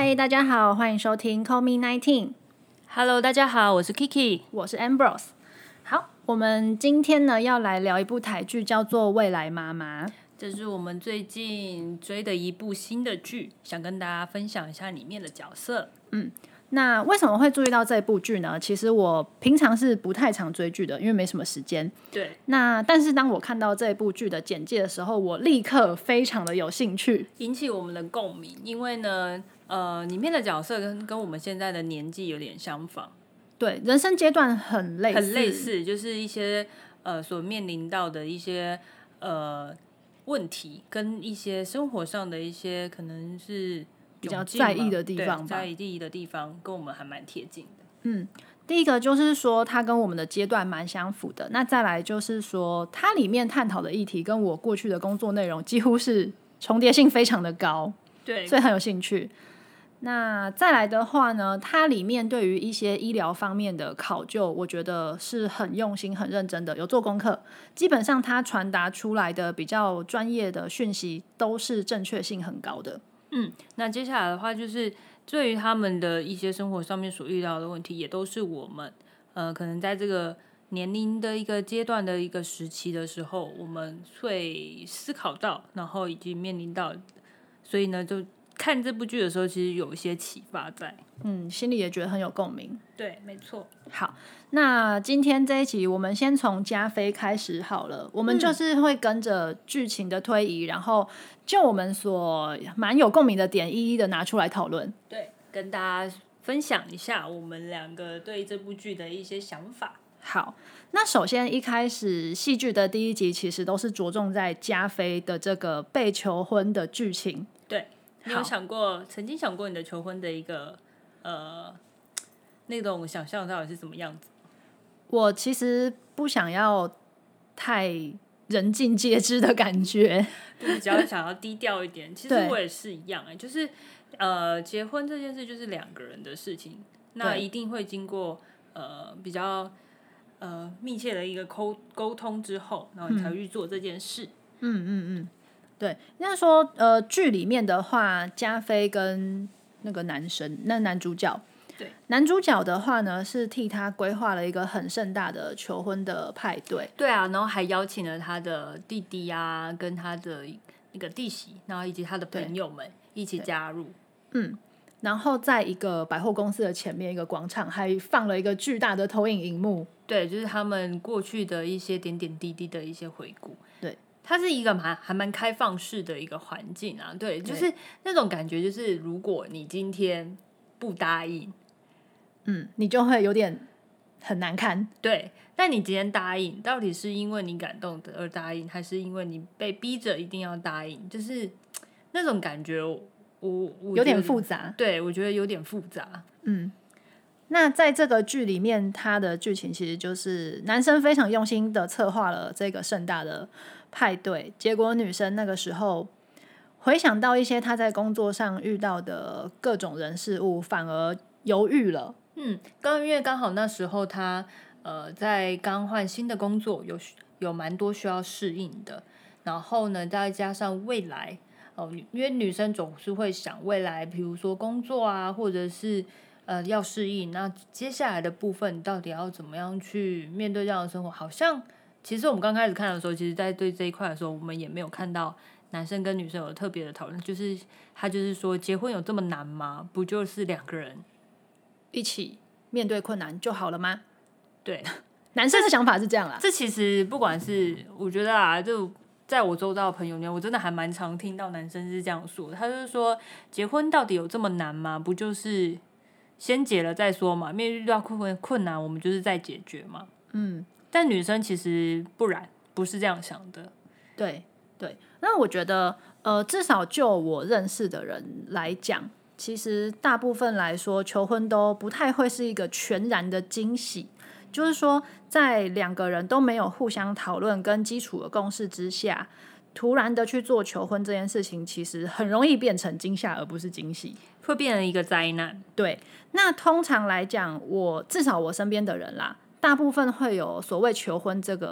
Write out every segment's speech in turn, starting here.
嗨，大家好，欢迎收听 Call Me 19。 Hello， 大家好，我是 Kiki， 我是 Ambrose。好，我们今天呢要来聊一部台剧，叫做《未来妈妈》。 这是我们最近追的一部新的剧，想跟大家分享一下里面的角色。 那为什么会注意到这部剧呢？其实我平常是不太常追剧的，因为没什么时间。 对， 但是当我看到这部剧的简介的时候，我立刻非常的有兴趣， 引起我们的共鸣。因为呢，里面的角色跟我们现在的年纪有点相仿， 对，人生阶段很类似， 就是一些所面临到的一些问题，跟一些生活上的一些可能是比较在意的地方吧， 在意的地方跟我们还蛮贴近的。 第一个就是说，它跟我们的阶段蛮相符的。那再来就是说，它里面探讨的议题跟我过去的工作内容几乎是重叠性非常的高， 对， 所以很有兴趣。那再来的话呢，它里面对于一些医疗方面的考究，我觉得是很用心、很认真的，有做功课。基本上，它传达出来的比较专业的讯息，都是正确性很高的。 那接下来的话就是对于他们的一些生活上面所遇到的问题，也都是我们可能在这个年龄的一个阶段的一个时期的时候，我们会思考到，然后以及面临到，所以呢，就看这部剧的时候，其实有一些启发在。 心里也觉得很有共鸣。 对，没错。 好，那今天这一集我们先从加菲开始好了。我们就是会跟着剧情的推移，然后就我们所蛮有共鸣的点一一的拿出来讨论。 对，跟大家分享一下我们两个对这部剧的一些想法。 好，那首先一开始戏剧的第一集其实都是着重在加菲的这个被求婚的剧情。 对，你有曾经想过你的求婚的一个那种想象到底是什么样子？ 我其实不想要太人尽皆知的感觉， 就是只要想要低调一点。其实我也是一样，就是结婚这件事就是两个人的事情，那一定会经过比较密切的一个沟通之后，然后你才会去做这件事。 对，那说剧里面的话，加菲跟那个男主角， 对， 男主角的话呢是替他规划了一个很盛大的求婚的派对。 对啊，然后还邀请了他的弟弟啊，跟他的那个弟媳，然后以及他的朋友们一起加入。 然后在一个百货公司的前面一个广场，还放了一个巨大的投影荧幕。 对，就是他们过去的一些点点滴滴的一些回顾。 对， 它是一个还蛮开放式的一个环境啊。对，就是那种感觉，就是如果你今天不答应， 你就会有点很难堪。 对，但你今天答应，到底是因为你感动的而答应，还是因为你被逼着一定要答应？就是那种感觉我有点复杂。 对，我觉得有点复杂。 那在这个剧里面，它的剧情其实就是男生非常用心的策划了这个盛大的派对，结果女生那个时候回想到一些她在工作上遇到的各种人事物，反而犹豫了。 因为刚好那时候她在刚换新的工作，有蛮多需要适应的，然后呢再加上未来因为女生总是会想未来，比如说工作啊，或者是要适应，那接下来的部分到底要怎么样去面对这样的生活？好像其实我们刚开始看的时候，其实在对这一块的时候，我们也没有看到男生跟女生有特别的讨论，就是他就是说结婚有这么难吗？不就是两个人一起面对困难就好了吗？ 对， 男生的想法是这样啦。 这其实不管是我觉得啊，就在我周遭的朋友里面，我真的还蛮常听到男生是这样说的。他就是说，结婚到底有这么难吗？不就是先结了再说嘛？面遇到困难，我们就是在解决嘛。但女生其实不是这样想的。 对，那我觉得至少就我认识的人来讲，其实大部分来说，求婚都不太会是一个全然的惊喜。就是说，在两个人都没有互相讨论跟基础的共识之下，突然的去做求婚这件事情，其实很容易变成惊吓，而不是惊喜， 会变成一个灾难。 对，那通常来讲，至少我身边的人啦，大部分会有所谓求婚这个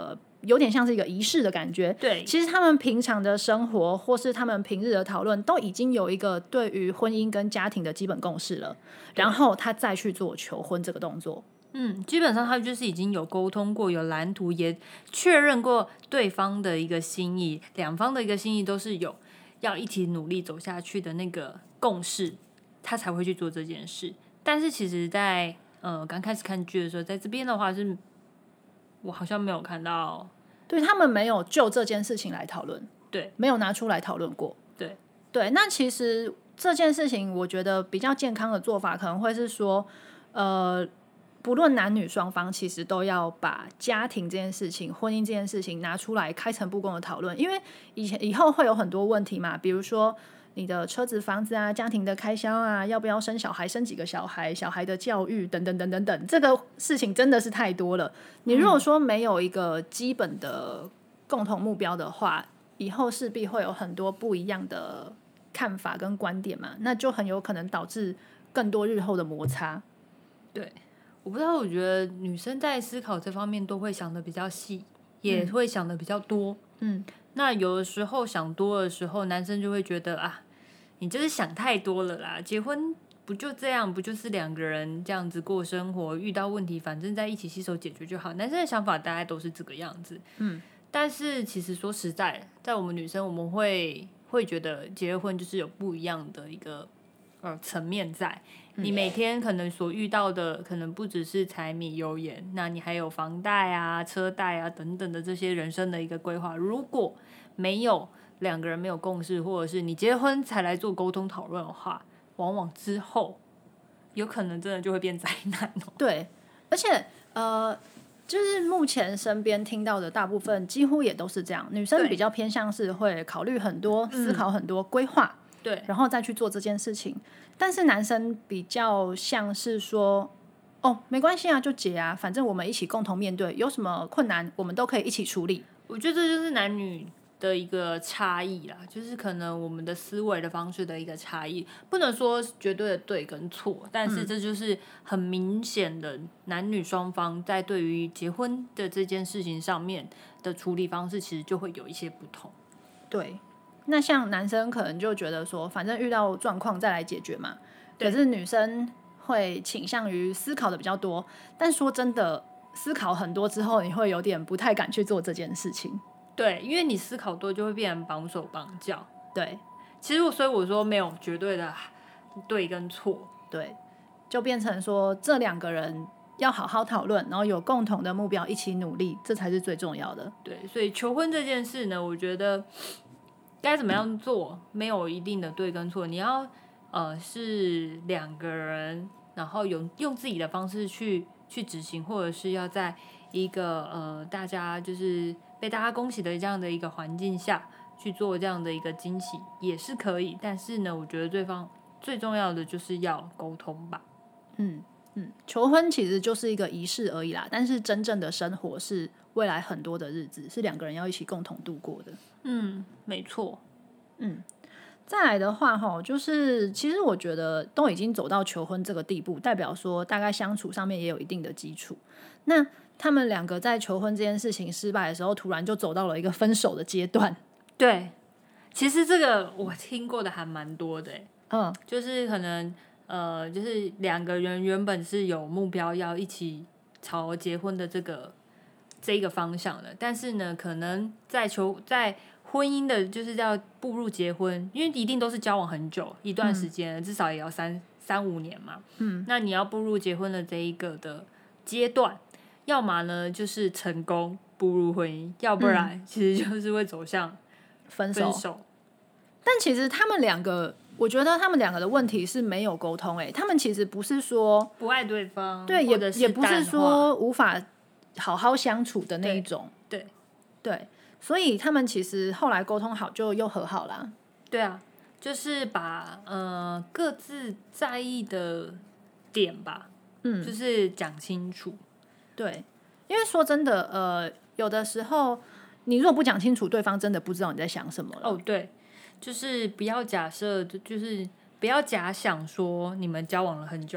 有点像是一个仪式的感觉。 对， 其实他们平常的生活或是他们平日的讨论都已经有一个对于婚姻跟家庭的基本共识了，然后他再去做求婚这个动作。 基本上他就是已经有沟通过，有蓝图，也确认过对方的一个心意，两方的一个心意都是有要一起努力走下去的那个共识，他才会去做这件事。但是其实在刚开始看剧的时候，在这边的话是我好像没有看到， 对，他们没有就这件事情来讨论， 对， 没有拿出来讨论过。 对， 那其实这件事情我觉得比较健康的做法可能会是说不论男女双方，其实都要把家庭这件事情、婚姻这件事情拿出来开诚布公的讨论，因为以后会有很多问题嘛，比如说你的车子、房子啊、家庭的开销啊，要不要生小孩、生几个小孩、小孩的教育等等等等等，这个事情真的是太多了。你如果说没有一个基本的共同目标的话，以后势必会有很多不一样的看法跟观点嘛，那就很有可能导致更多日后的摩擦。 对。我不知道，我觉得女生在思考这方面都会想的比较细，也会想的比较多。那有的时候想多的时候，男生就会觉得啊，你就是想太多了啦，结婚不就这样，不就是两个人这样子过生活，遇到问题反正在一起携手解决就好。男生的想法大概都是这个样子。但是其实说实在，在我们女生，我们会觉得结婚就是有不一样的一个层面在。你每天可能所遇到的可能不只是柴米油盐，那你还有房贷啊、车贷啊等等的这些人生的一个规划。如果没有两个人没有共识，或者是你结婚才来做沟通讨论的话，往往之后有可能真的就会变灾难哦。 对，而且就是目前身边听到的大部分几乎也都是这样，女生比较偏向是会考虑很多、思考很多、规划， 对， 然后再去做这件事情。但是男生比较像是说，哦，没关系啊，就结啊，反正我们一起共同面对，有什么困难我们都可以一起处理。 我觉得这就是男女的一个差异啦，就是可能我们的思维的方式的一个差异，不能说绝对的对跟错，但是这就是很明显的男女双方在对于结婚的这件事情上面的处理方式，其实就会有一些不同。 对，那像男生可能就觉得说，反正遇到状况再来解决嘛，可是女生会倾向于思考的比较多，但说真的，思考很多之后，你会有点不太敢去做这件事情。 对，因为你思考多就会变成绑手绑脚。 对， 其实所以我说没有绝对的对跟错。 对，就变成说这两个人要好好讨论，然后有共同的目标，一起努力，这才是最重要的。 对，所以求婚这件事呢，我觉得该怎么样做，没有一定的对跟错。你要是两个人，然后用自己的方式去执行，或者是要在一个大家就是被大家恭喜的这样的一个环境下去做这样的一个惊喜也是可以。但是呢，我觉得对方最重要的就是要沟通吧。 求婚其实就是一个仪式而已啦，但是真正的生活是未来很多的日子，是两个人要一起共同度过的。 没错。 再来的话就是其实我觉得都已经走到求婚这个地步，代表说大概相处上面也有一定的基础。那他们两个在求婚这件事情失败的时候，突然就走到了一个分手的阶段。 对，其实这个我听过的还蛮多的。就是可能就是两个人原本是有目标要一起朝结婚的这一个方向的，但是呢，可能在婚姻的，就是要步入结婚，因为一定都是交往很久一段时间，至少也要3-5年嘛。那你要步入结婚的这一个的阶段，要么呢就是成功步入婚姻，要不然其实就是会走向分手。 但其实他们两个，我觉得他们两个的问题是没有沟通。他们其实不是说不爱对方， 对，也不是说无法好好相处的那一种。对，所以他们其实后来沟通好，就又和好啦。 对啊，就是把各自在意的点吧，就是讲清楚。 对，因为说真的，有的时候你如果不讲清楚，对方真的不知道你在想什么了。 对，就是不要假设，就是不要假想说你们交往了很久，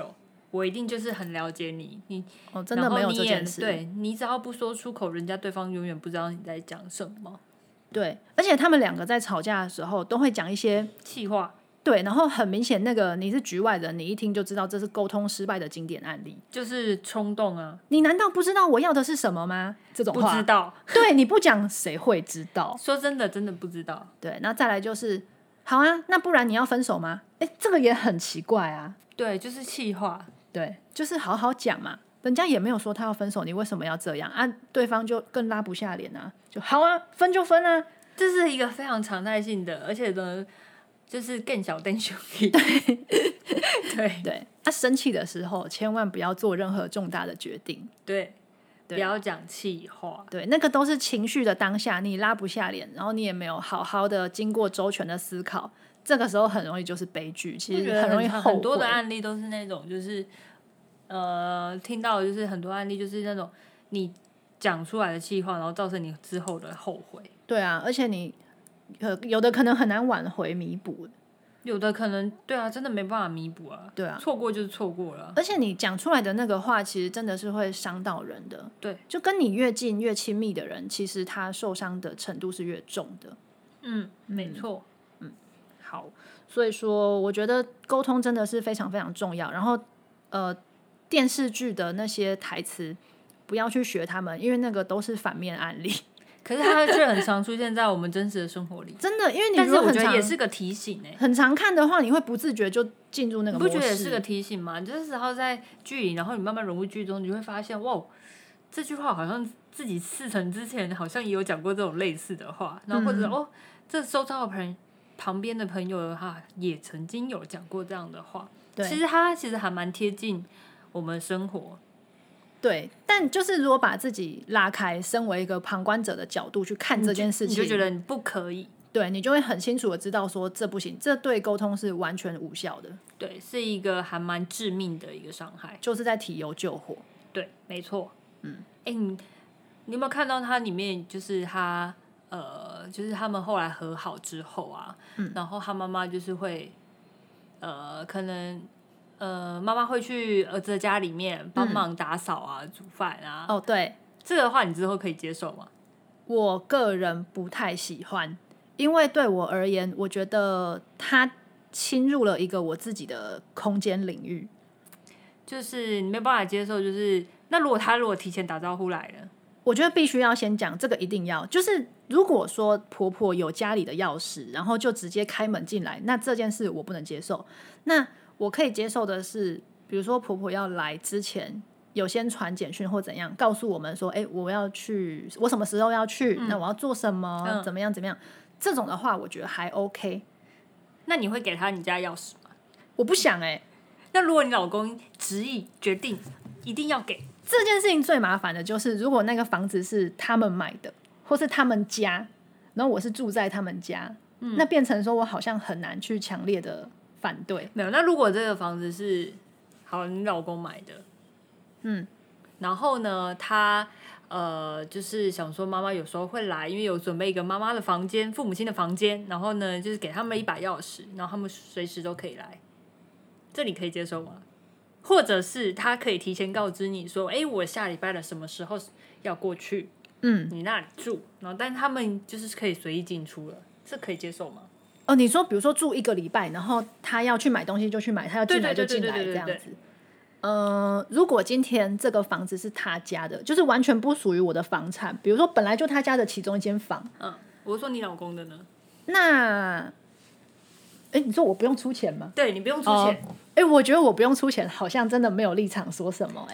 我一定就是很了解你， 真的没有这件事。 对，你只要不说出口，人家对方永远不知道你在讲什么。 对，而且他们两个在吵架的时候都会讲一些气话。 对，然后很明显，那个你是局外人，你一听就知道这是沟通失败的经典案例， 就是冲动啊！ 你难道不知道我要的是什么吗？这种话不知道， 对，你不讲谁会知道？ 说真的，真的不知道。 对，那再来就是，好啊，那不然你要分手吗？哎，这个也很奇怪啊。 对，就是气话。 对，就是好好讲嘛，人家也没有说他要分手，你为什么要这样啊？对方就更拉不下脸啊，就好啊，分就分啊， 这是一个非常常态性的，而且呢。就是更小更凶一对对对，他生气的时候千万不要做任何重大的决定， 对，不要讲气话， 对，那个都是情绪的当下，你拉不下脸，然后你也没有好好的经过周全的思考，这个时候很容易就是悲剧，其实很容易后悔。 很多的案例都是那种，就是听到就是很多案例就是那种你讲出来的气话，然后造成你之后的后悔。 对啊，而且你。有的可能很难挽回弥补， 有的可能对啊，真的没办法弥补啊。 对啊， 错过就是错过了。 而且你讲出来的那个话，其实真的是会伤到人的。 对， 就跟你越近越亲密的人，其实他受伤的程度是越重的。 没错。 好，所以说我觉得沟通真的是非常非常重要。然后电视剧的那些台词不要去学他们，因为那个都是反面案例。 可是它却很常出现在我们真实的生活里， 真的，因为你但是我觉得也是个提醒很常看的话，你会不自觉就进入那个模式。 你不觉得也是个提醒吗？这时候在剧里，然后你慢慢融入剧中，你会发现，哇，这句话好像自己4成之前好像也有讲过这种类似的话，然后或者这周遭的旁边的朋友哈也曾经有讲过这样的话。其实它其实还蛮贴近我们生活。 对，但就是如果把自己拉开，身为一个旁观者的角度去看这件事情， 你就觉得你不可以， 对，你就会很清楚的知道说这不行，这对沟通是完全无效的， 对，是一个还蛮致命的一个伤害， 就是在提油救火。 对，没错。你有没有看到它里面就是他就是他们后来和好之后啊，然后他妈妈就是会可能。妈妈会去儿子的家里面帮忙打扫啊、煮饭啊。 对， 这个的话你之后可以接受吗？ 我个人不太喜欢，因为对我而言，我觉得他侵入了一个我自己的空间领域， 就是你没办法接受。就是那如果提前打招呼来了， 我觉得必须要先讲，这个一定要。就是如果说婆婆有家里的钥匙，然后就直接开门进来，那这件事我不能接受。那我可以接受的是，比如说婆婆要来之前有先传简讯或怎样告诉我们说，我要去，我什么时候要去，那我要做什么，怎么样怎么样，这种的话我觉得还 OK。 那你会给他你家钥匙吗？ 我不想那如果你老公执意决定一定要给， 这件事情最麻烦的就是如果那个房子是他们买的或是他们家，然后我是住在他们家，那变成说我好像很难去强烈的反对。 没有，那如果这个房子是好你老公买的，然后呢他就是想说妈妈有时候会来，因为有准备一个妈妈的房间、父母亲的房间，然后呢就是给他们一把钥匙，然后他们随时都可以来，这你可以接受吗？或者是他可以提前告知你说，我下礼拜的什么时候要过去，你那里住，然后但他们就是可以随意进出了，这可以接受吗？ 你说比如说住1个礼拜，然后他要去买东西就去买，他要进来就进来这样子。如果今天这个房子是他家的，就是完全不属于我的房产，比如说本来就他家的其中一间房， 我说你老公的呢？ 那你说我不用出钱吗？ 对，你不用出钱。 我觉得我不用出钱，好像真的没有立场说什么。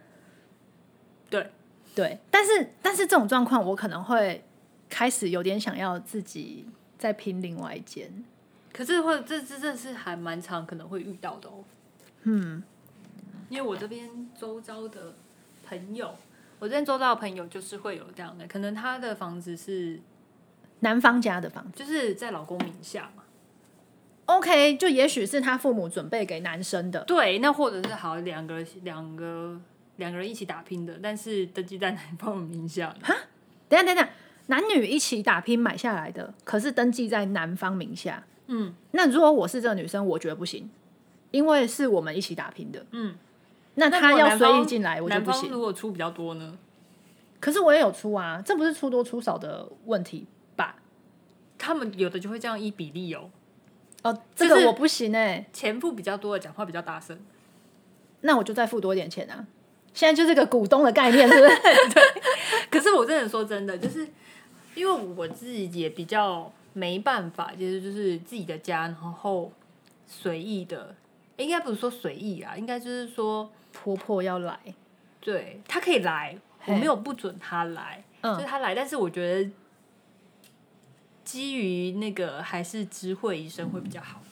对，但是这种状况，我可能会开始有点想要自己再拼另外一间。 可是这是还蛮常可能会遇到的哦。因为我这边周遭的朋友，就是会有这样的，可能他的房子是男方家的房子， 就是在老公名下嘛。 OK， 就也许是他父母准备给男生的。 对，那或者是好两个人一起打拼的，但是登记在男方名下。 哈，等一下，男女一起打拼买下来的，可是登记在男方名下。那如果我是这个女生，我觉得不行，因为是我们一起打拼的。 那他要随意进来，我就男不行。 方如果出比较多呢？ 可是我也有出啊，这不是出多出少的问题吧？ 他们有的就会这样依比例哦。 哦，这个我不行哎、 钱付比较多的讲话比较大声， 那我就再付多一点钱啊。现在就是个股东的概念，是不是？ 可是我真的说真的，就是因为我自己也比较没办法，就是自己的家，然后随意的，应该不是说随意啊，应该就是说婆婆要来， 对他可以来，我没有不准他来，就是他来，但是我觉得基于那个还是知会一声会比较好。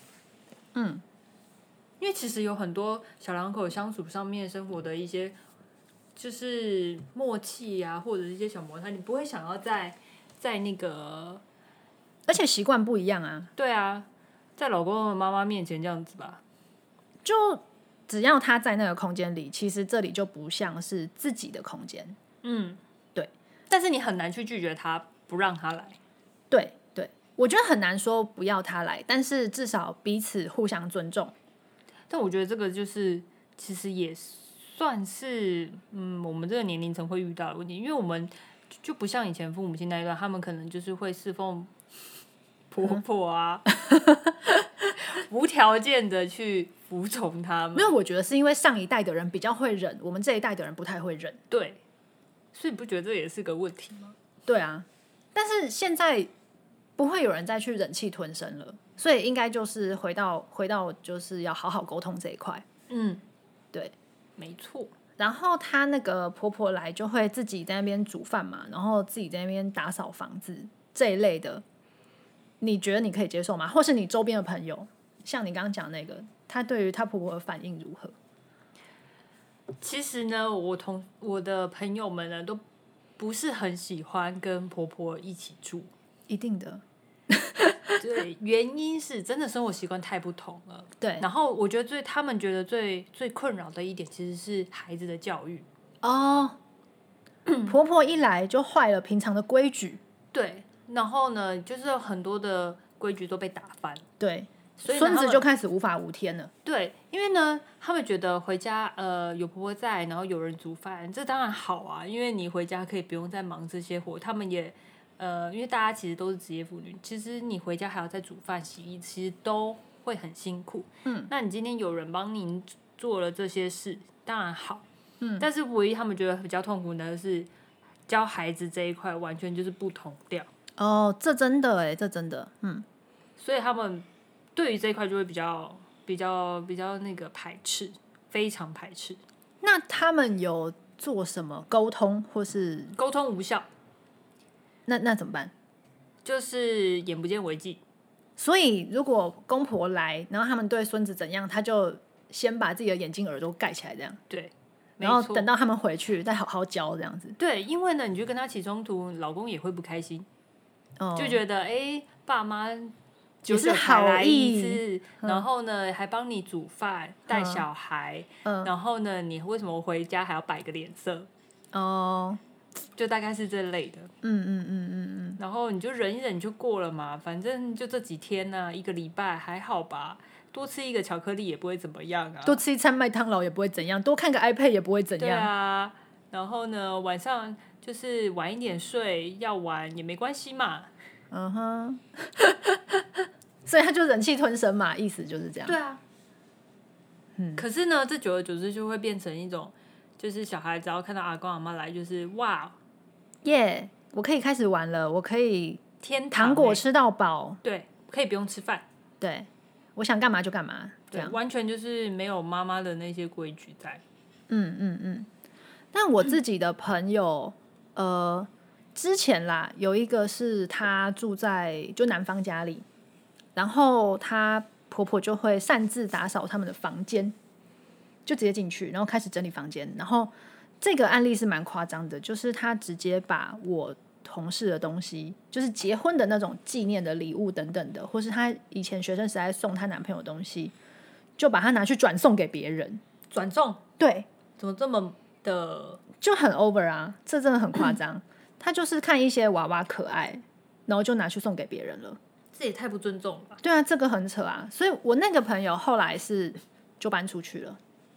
因为其实有很多小两口相处上面生活的一些就是默契啊，或者是一些小摩擦，你不会想要在那个， 而且习惯不一样啊。 对啊，在老公的妈妈面前这样子吧， 就只要他在那个空间里，其实这里就不像是自己的空间。对。 但是你很难去拒绝他，不让他来。 对对，我觉得很难说不要他来，但是至少彼此互相尊重。 但我觉得这个就是其实也算是我们这个年龄层会遇到的问题，因为我们就不像以前父母亲那一段，他们可能就是会侍奉婆婆啊，无条件的去服从他们。 没有，我觉得是因为上一代的人比较会忍，我们这一代的人不太会忍。 对，所以你不觉得这也是个问题吗？ 对啊，但是现在不会有人再去忍气吞声了，所以应该就是回到就是要好好沟通这一块。对， 没错。 然后她那个婆婆来就会自己在那边煮饭嘛，然后自己在那边打扫房子这一类的，你觉得你可以接受吗？或是你周边的朋友，像你刚刚讲那个，她对于她婆婆的反应如何？ 其实呢，我的朋友们呢，都不是很喜欢跟婆婆一起住。 一定的。 对，原因是真的生活习惯太不同了。 对， 然后我觉得他们觉得最困扰的一点，其实是孩子的教育。 婆婆一来就坏了平常的规矩。 对，然后呢，就是很多的规矩都被打翻。 对， 所以孙子就开始无法无天了。 对，因为呢，他们觉得回家有婆婆在，然后有人煮饭，这当然好啊，因为你回家可以不用再忙这些活。他们也因为大家其实都是职业妇女，其实你回家还要再煮饭、洗衣，其实都会很辛苦。那你今天有人帮您做了这些事，当然好。但是唯一他们觉得比较痛苦的是教孩子这一块，完全就是不同调。 这真的哎，这真的， 所以他们对于这一块就会比较那个排斥，非常排斥。 那他们有做什么沟通，或是沟通无效， 那怎么办？ 就是眼不见为净。 所以如果公婆来，然后他们对孙子怎样，他就先把自己的眼睛耳朵盖起来，这样。 对， 然后等到他们回去再好好教这样子。 对，因为呢，你就跟他起冲突，老公也会不开心，就觉得爸妈就是好好意一次，然后呢还帮你煮饭、带小孩，然后呢你为什么回家还要摆个脸色？就大概是这类的。然后你就忍一忍就过了嘛，反正就这几天呢，1个礼拜还好吧。多吃一个巧克力也不会怎么样啊， 多吃一餐麦当劳也不会怎样，多看个 iPad 也不会怎样。 对啊，然后呢，晚上就是晚一点睡，要玩也没关系嘛。 所以他就忍气吞声嘛，意思就是这样。 对啊。可是呢，这久而久之就会变成一种，就是小孩只要看到阿公阿妈来，就是哇耶，我可以开始玩了，我可以天堂糖果吃到饱， 对，可以不用吃饭， 对，我想干嘛就干嘛，这对， 样完全就是没有妈妈的那些规矩在。 但我自己的朋友，之前啦，有一个是她住在就男方家里，然后她婆婆就会擅自打扫他们的房间，就直接进去，然后开始整理房间。然后这个案例是蛮夸张的，就是她直接把我同事的东西，就是结婚的那种纪念的礼物等等的，或是她以前学生时代送她男朋友的东西，就把它拿去转送给别人。 转送？ 对， 怎么这么的就很 over 啊，这真的很夸张。他就是看一些娃娃可爱，然后就拿去送给别人了。 这也太不尊重了吧？ 对啊，这个很扯啊。所以我那个朋友后来是就搬出去了。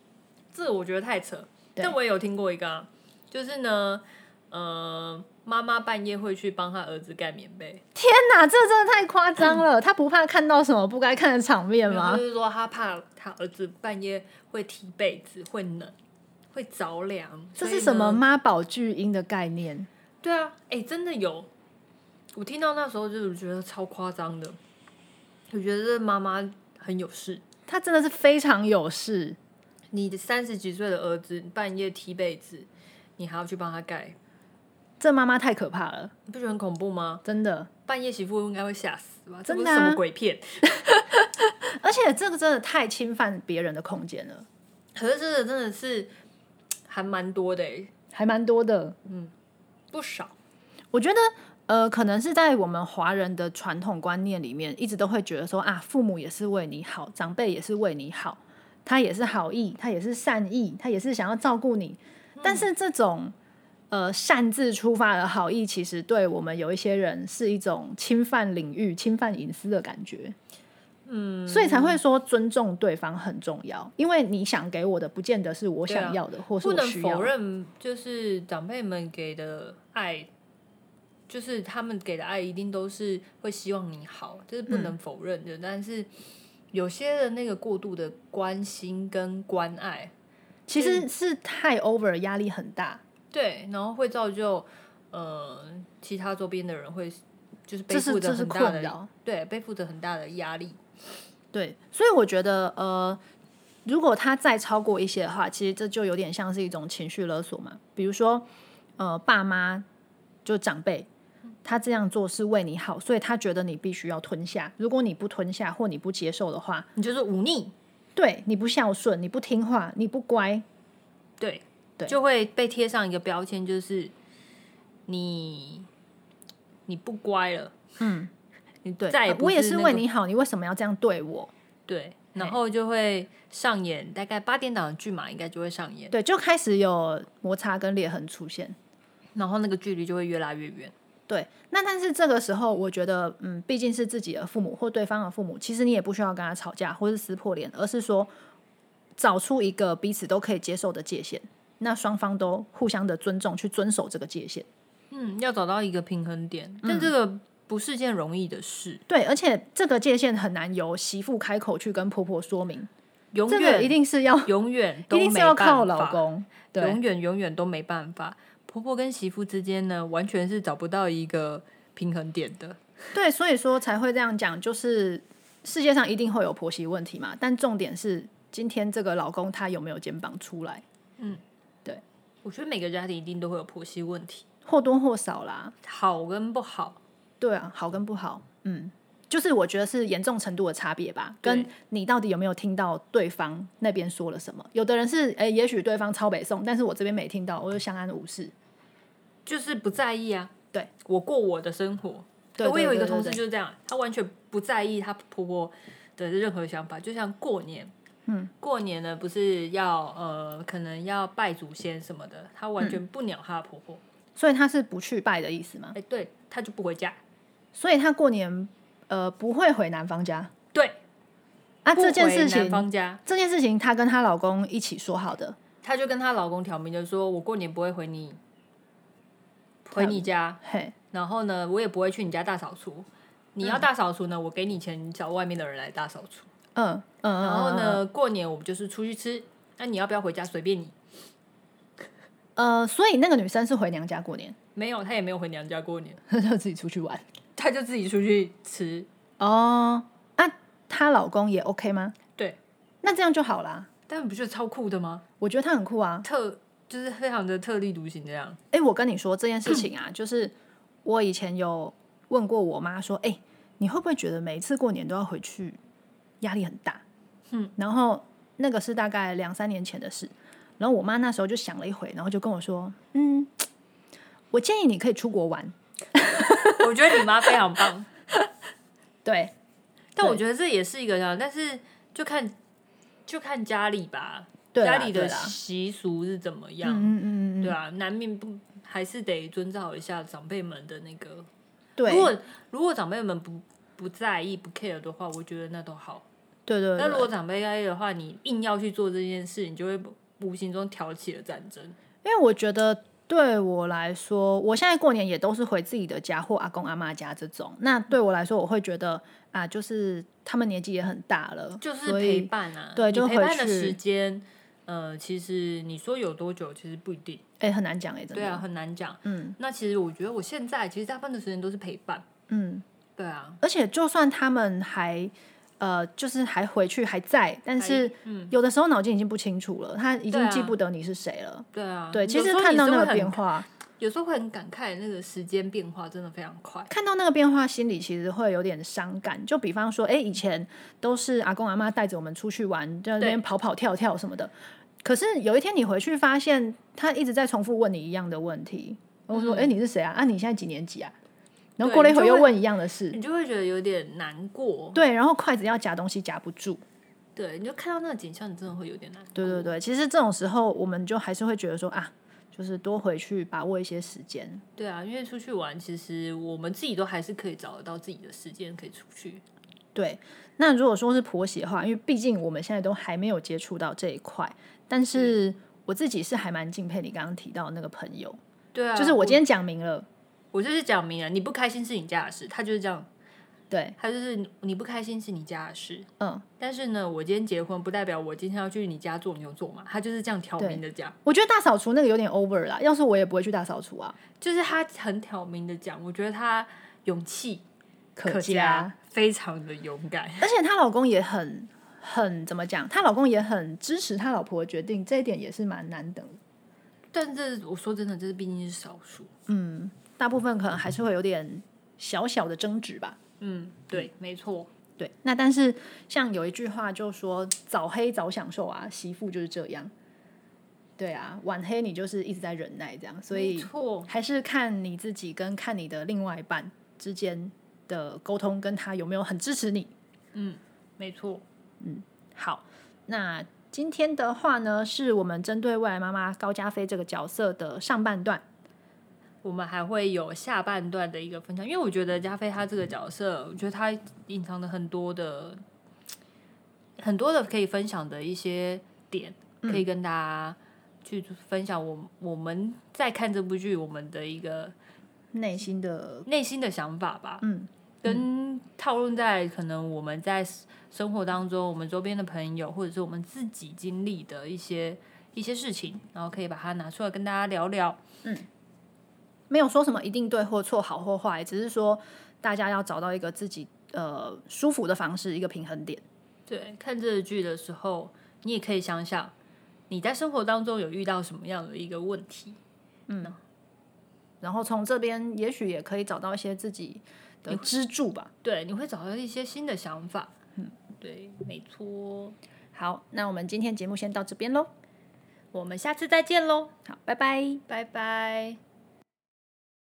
这我觉得太扯。但我也有听过一个啊，就是呢，妈妈半夜会去帮她儿子盖棉被。 天哪，这真的太夸张了！他不怕看到什么不该看的场面吗？ 就是说他怕他儿子半夜会踢被子，会冷，会着凉。 这是什么妈宝巨婴的概念？ 对啊，真的有。我听到那时候就是觉得超夸张的，我觉得这妈妈很有事， 她真的是非常有事。 你30几岁的儿子半夜踢被子，你还要去帮他盖， 这妈妈太可怕了， 你不觉得很恐怖吗？ 真的， 半夜媳妇应该会吓死吧？ 真的、 这不是什么鬼片？ 而且这个真的太侵犯别人的空间了。 可是这个真的是还蛮多的还蛮多的， 不少。 我觉得可能是在我们华人的传统观念里面，一直都会觉得说啊，父母也是为你好，长辈也是为你好，他也是好意，他也是善意，他也是想要照顾你。但是这种擅自出发的好意，其实对我们有一些人是一种侵犯领域、侵犯隐私的感觉。所以才会说尊重对方很重要，因为你想给我的，不见得是我想要的，或是我需要的。 不能否认，就是长辈们给的爱，就是他们给的爱，一定都是会希望你好，这是不能否认的。但是有些的那个过度的关心跟关爱， 其实是太 over， 压力很大。 对，然后会造就其他周边的人会就是背负着很大的对，背负着很大的压力。 对，所以我觉得如果他再超过一些的话，其实这就有点像是一种情绪勒索嘛。比如说爸妈就长辈，他这样做是为你好，所以他觉得你必须要吞下。如果你不吞下或你不接受的话， 你就是忤逆， 对，你不孝顺，你不听话，你不乖， 对，就会被贴上一个标签，就是你不乖了。你再也不是我也是为你好，你为什么要这样对我？ 对，然后就会上演大概8点档的剧嘛，应该就会上演。 对，就开始有摩擦跟裂痕出现， 然后那个距离就会越拉越远。 对，那但是这个时候，我觉得，毕竟是自己的父母或对方的父母，其实你也不需要跟他吵架或是撕破脸，而是说找出一个彼此都可以接受的界限，那双方都互相的尊重，去遵守这个界限。 要找到一个平衡点，但这个不是件容易的事。 对，而且这个界限很难由媳妇开口去跟婆婆说明， 永远、 这个一定是要永远都一定是要靠老公，对， 永远都没办法。婆婆跟媳妇之间呢，完全是找不到一个平衡点的。 对，所以说才会这样讲，就是世界上一定会有婆媳问题嘛，但重点是今天这个老公他有没有肩膀出来。对， 我觉得每个家庭一定都会有婆媳问题， 或多或少啦， 好跟不好。 对啊，好跟不好，就是我觉得是严重程度的差别吧，跟你到底有没有听到对方那边说了什么。有的人是也许对方超北宋，但是我这边没听到，我就相安无事， 就是不在意啊。 对， 我过我的生活。 对， 我有一个同事就是这样，她完全不在意她婆婆的任何想法，就像过年。过年呢不是要可能要拜祖先什么的，她完全不鸟她的婆婆。 所以她是不去拜的意思吗？ 对，她就不回家。 所以她过年不会回男方家。 对啊，这件事情， 男方家这件事情她跟她老公一起说好的。 她就跟她老公挑明的说，我过年不会回你家，然后呢，我也不会去你家大扫除。你要大扫除呢，我给你钱，你找外面的人来大扫除。然后呢，过年我们就是出去吃，那你要不要回家随便你。 所以那个女生是回娘家过年？ 没有，她也没有回娘家过年， 她就自己出去玩， 她就自己出去吃。 她老公也 OK 吗？ 对， 那这样就好啦。 但你不觉得超酷的吗？ 我觉得他很酷啊， 就是非常的特立独行这样。 我跟你说这件事情啊，就是我以前有问过我妈说，你会不会觉得每一次过年都要回去，压力很大？然后那个是大概2-3年前的事，然后我妈那时候就想了一回，然后就跟我说，我建议你可以出国玩。 我觉得你妈非常棒。 对， 但我觉得这也是一个这样，但是就看家里吧，家里的习俗是怎么样。对啊，难免还是得遵照一下长辈们的那个。 对， 如果长辈们不在意不 care 的话，我觉得那都好。 对。 但如果长辈在意的话，你硬要去做这件事，你就会无形中挑起了战争。 因为我觉得对我来说，我现在过年也都是回自己的家或阿公阿嬷家这种。那对我来说，我会觉得啊，就是他们年纪也很大了， 就是陪伴啊， 对，就陪伴的回去时间，其实你说有多久，其实不一定， 很难讲真的。 对啊，很难讲。那其实我觉得我现在其实大部分的时间都是陪伴。对啊， 而且就算他们还就是还回去还在，但是有的时候脑筋已经不清楚了，他已经记不得你是谁了。 对啊， 对，其实看到那个变化， 有时候会很感慨，那个时间变化真的非常快。 看到那个变化，心里其实会有点伤感。就比方说，以前都是阿公阿嬷带着我们出去玩，在那边跑跑跳跳什么的。可是有一天你回去发现，他一直在重复问你一样的问题。我说：“你是谁啊？啊，你现在几年级啊？”然后过了一会儿又问一样的事， 你就会觉得有点难过。 对，然后筷子要夹东西夹不住。 对，你就看到那个景象，你真的会有点难过。 对对对，其实这种时候，我们就还是会觉得说啊，就是多回去把握一些时间。 对啊，因为出去玩，其实我们自己都还是可以找得到自己的时间可以出去。 对，那如果说是婆媳的话，因为毕竟我们现在都还没有接触到这一块，但是我自己是还蛮敬佩你刚刚提到的那个朋友。 对啊， 就是我今天讲明了， 我就是讲明了，你不开心是你家的事，他就是这样。 对， 他就是你不开心是你家的事，但是呢，我今天结婚不代表我今天要去你家做牛做马，他就是这样挑明的讲。 我觉得大扫除那个有点 over 啦，要是我也不会去大扫除啊。 就是他很挑明的讲，我觉得他勇气可嘉， 非常的勇敢， 而且她老公也很怎么讲？她老公也很支持她老婆的决定，这一点也是蛮难得的。 但是我说真的，这毕竟是少数， 大部分可能还是会有点小小的争执吧。 对，没错， 对。那但是像有一句话就说“早黑早享受”啊，媳妇就是这样。对啊，晚黑你就是一直在忍耐这样，所以还是看你自己跟看你的另外一半之间的沟通，跟他有没有很支持你。 没错。 好，那今天的话呢，是我们针对未来妈妈高嘉菲这个角色的上半段。 我们还会有下半段的一个分享，因为我觉得嘉菲她这个角色，我觉得她隐藏的很多的可以分享的一些点，可以跟大家去分享我们在看这部剧我们的一个内心的想法吧，跟套用在可能我们在生活当中，我们周边的朋友或者是我们自己经历的一些事情，然后可以把它拿出来跟大家聊聊。 没有说什么一定对或错，好或坏，只是说大家要找到一个自己舒服的方式，一个平衡点。 对，看这个剧的时候，你也可以想想你在生活当中有遇到什么样的一个问题， 然后从这边也许也可以找到一些自己的支柱吧。 对，你会找到一些新的想法。对，没错。 好，那我们今天节目先到这边咯， 我们下次再见咯。 好，拜拜， 拜拜。